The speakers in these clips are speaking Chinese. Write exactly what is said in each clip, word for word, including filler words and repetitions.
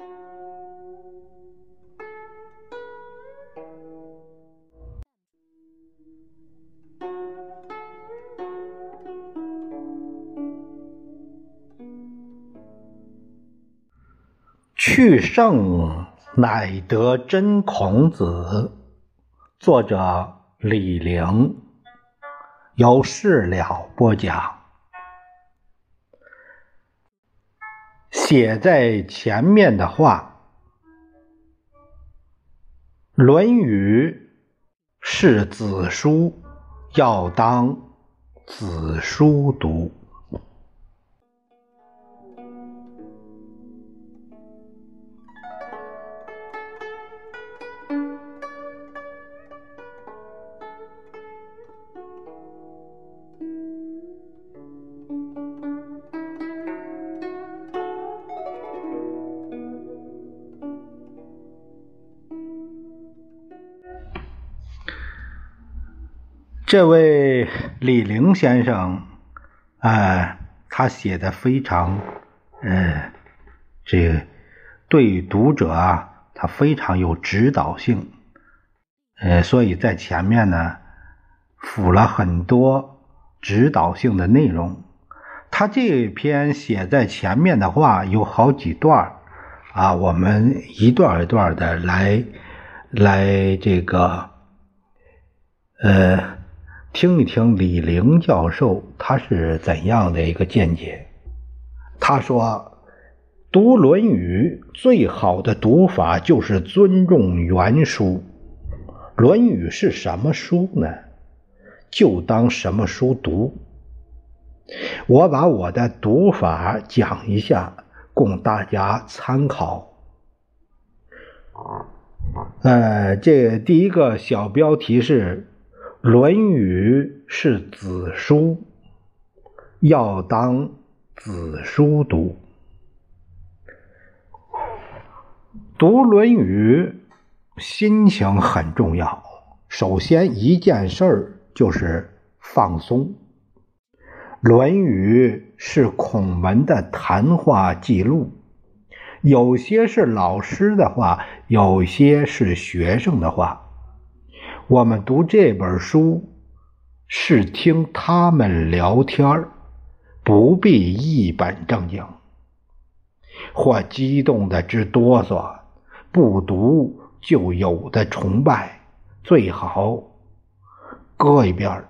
去圣乃得真孔子，作者李陵，由事了播讲。写在前面的话，《论语》是子书，要当子书读。这位李陵先生，呃，他写的非常，呃，这个对读者啊，他非常有指导性，呃，所以在前面呢，附了很多指导性的内容。他这篇写在前面的话有好几段啊，我们一段一段的来来这个，呃。听一听李陵教授他是怎样的一个见解。他说，读《论语》最好的读法就是尊重原书。《论语》是什么书呢？就当什么书读。我把我的读法讲一下，供大家参考。呃，这第一个小标题是《论语》是子书，要当子书读。读《论语》心情很重要。首先一件事儿就是放松。《论语》是孔门的谈话记录，有些是老师的话，有些是学生的话。我们读这本书是听他们聊天，不必一本正经，或激动的直哆嗦，不读就有的崇拜，最好搁一边。《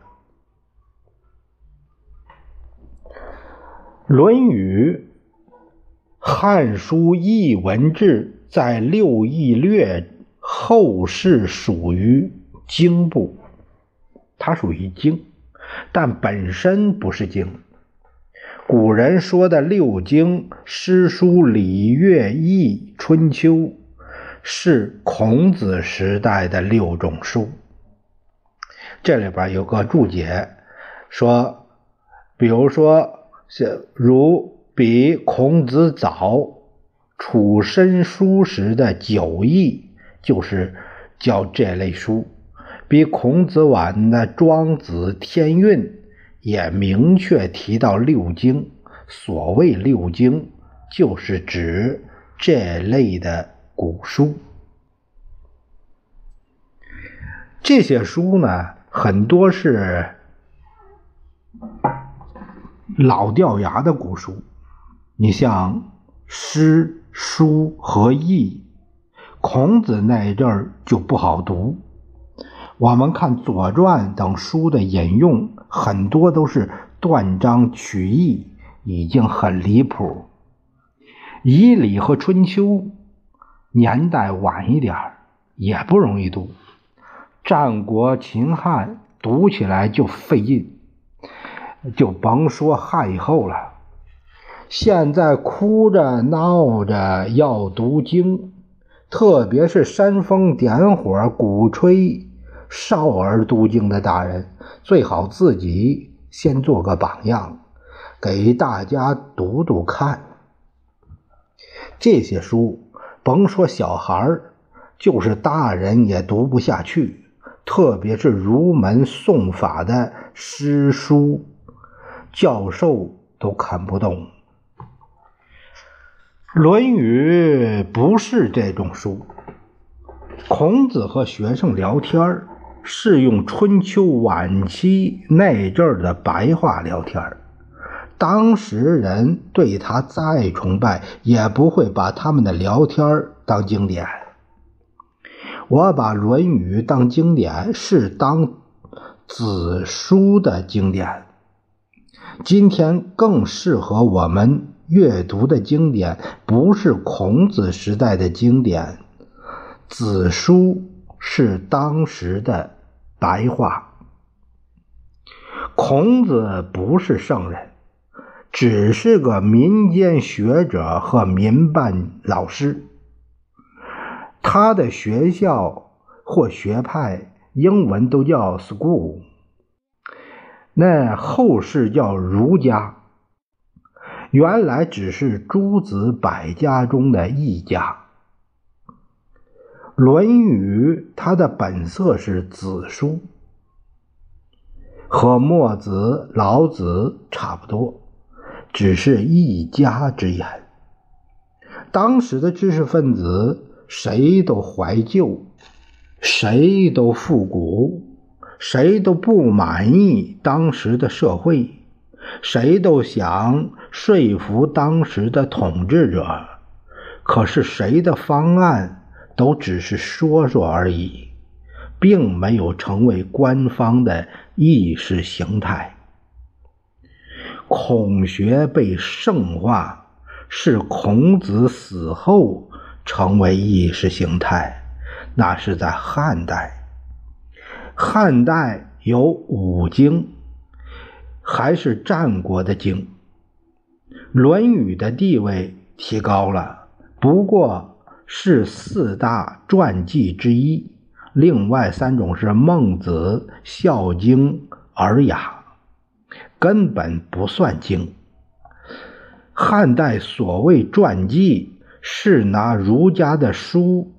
论语》汉书艺文志在六艺略后世属于经部，它属于经，但本身不是经。古人说的六经，诗书礼乐易春秋，是孔子时代的六种书。这里边有个注解说，比如说如比孔子早处身书时的九艺，就是叫这类书。比孔子晚的庄子天运也明确提到六经，所谓六经就是指这类的古书。这些书呢，很多是老掉牙的古书，你像诗、书和易，孔子那一阵儿就不好读。我们看《左传》等书的引用，很多都是断章取义，已经很离谱。仪礼和春秋年代晚一点，也不容易读。战国秦汉读起来就费劲，就甭说汉以后了。现在哭着闹着要读经，特别是煽风点火鼓吹少儿读经的大人，最好自己先做个榜样，给大家读读看。这些书甭说小孩，就是大人也读不下去，特别是儒门诵法的诗书，教授都看不懂。 论语不是这种书。孔子和学生聊天是用春秋晚期那阵儿的白话聊天，当时人对他再崇拜也不会把他们的聊天当经典。我把《论语》当经典是当子书的经典。今天更适合我们阅读的经典不是孔子时代的经典，子书是当时的白话。孔子不是圣人，只是个民间学者和民办老师。他的学校或学派英文都叫 school， 那后世叫儒家，原来只是诸子百家中的一家。论语它的本色是子书，和墨子、老子差不多，只是一家之言。当时的知识分子谁都怀旧，谁都复古，谁都不满意当时的社会，谁都想说服当时的统治者，可是谁的方案都只是说说而已，并没有成为官方的意识形态。孔学被圣化，是孔子死后成为意识形态，那是在汉代。汉代有五经，还是战国的经。论语的地位提高了，不过是四大传记之一，另外三种是孟子、孝经、尔雅，根本不算经。汉代所谓传记，是拿儒家的书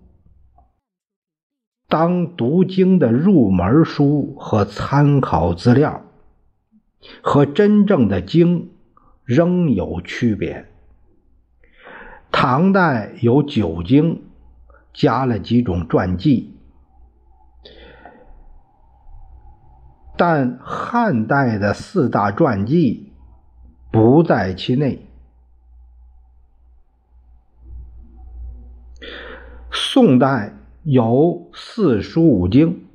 当读经的入门书和参考资料，和真正的经仍有区别。唐代有九经，加了几种传记，但汉代的四大传记不在其内。宋代有四书五经，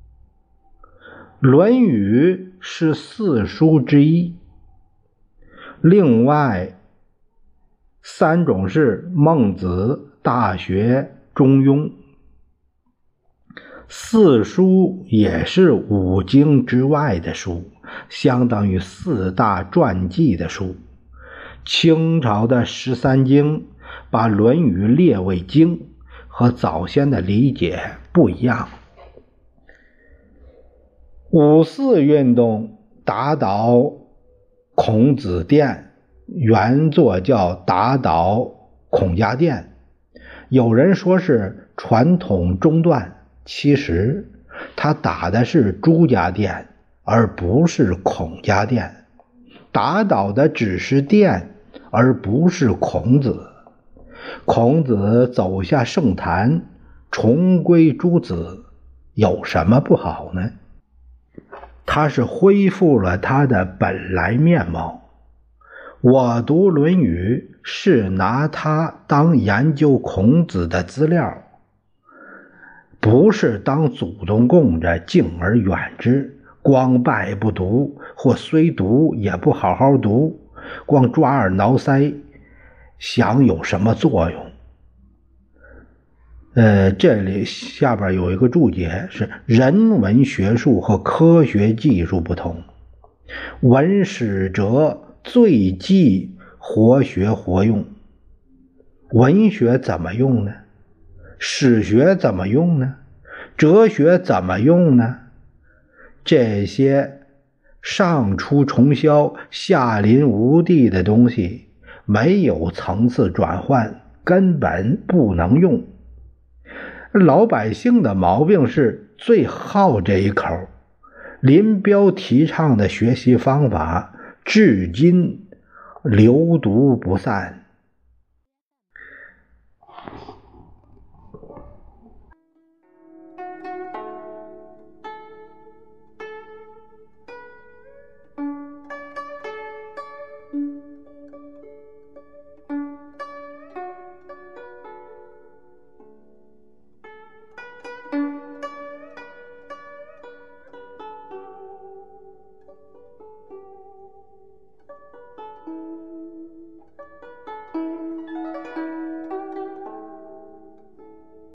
论语是四书之一，另外三种是孟子、大学、中庸。四书也是五经之外的书，相当于四大传记的书。清朝的十三经把论语列为经，和早先的理解不一样。五四运动打倒孔子殿，原作叫打倒孔家店，有人说是传统中断，其实他打的是朱家店，而不是孔家店，打倒的只是店，而不是孔子。孔子走下圣坛，重归诸子，有什么不好呢？他是恢复了他的本来面貌。我读《论语》是拿它当研究孔子的资料，不是当祖宗供着敬而远之，光拜不读，或虽读也不好好读，光抓耳挠腮，想有什么作用。呃，这里下边有一个注解，是人文学术和科学技术不同，文史哲最忌活学活用。文学怎么用呢？史学怎么用呢？哲学怎么用呢？这些上出重销、下临无地的东西，没有层次转换，根本不能用。老百姓的毛病是最好这一口，林彪提倡的学习方法至今流毒不散。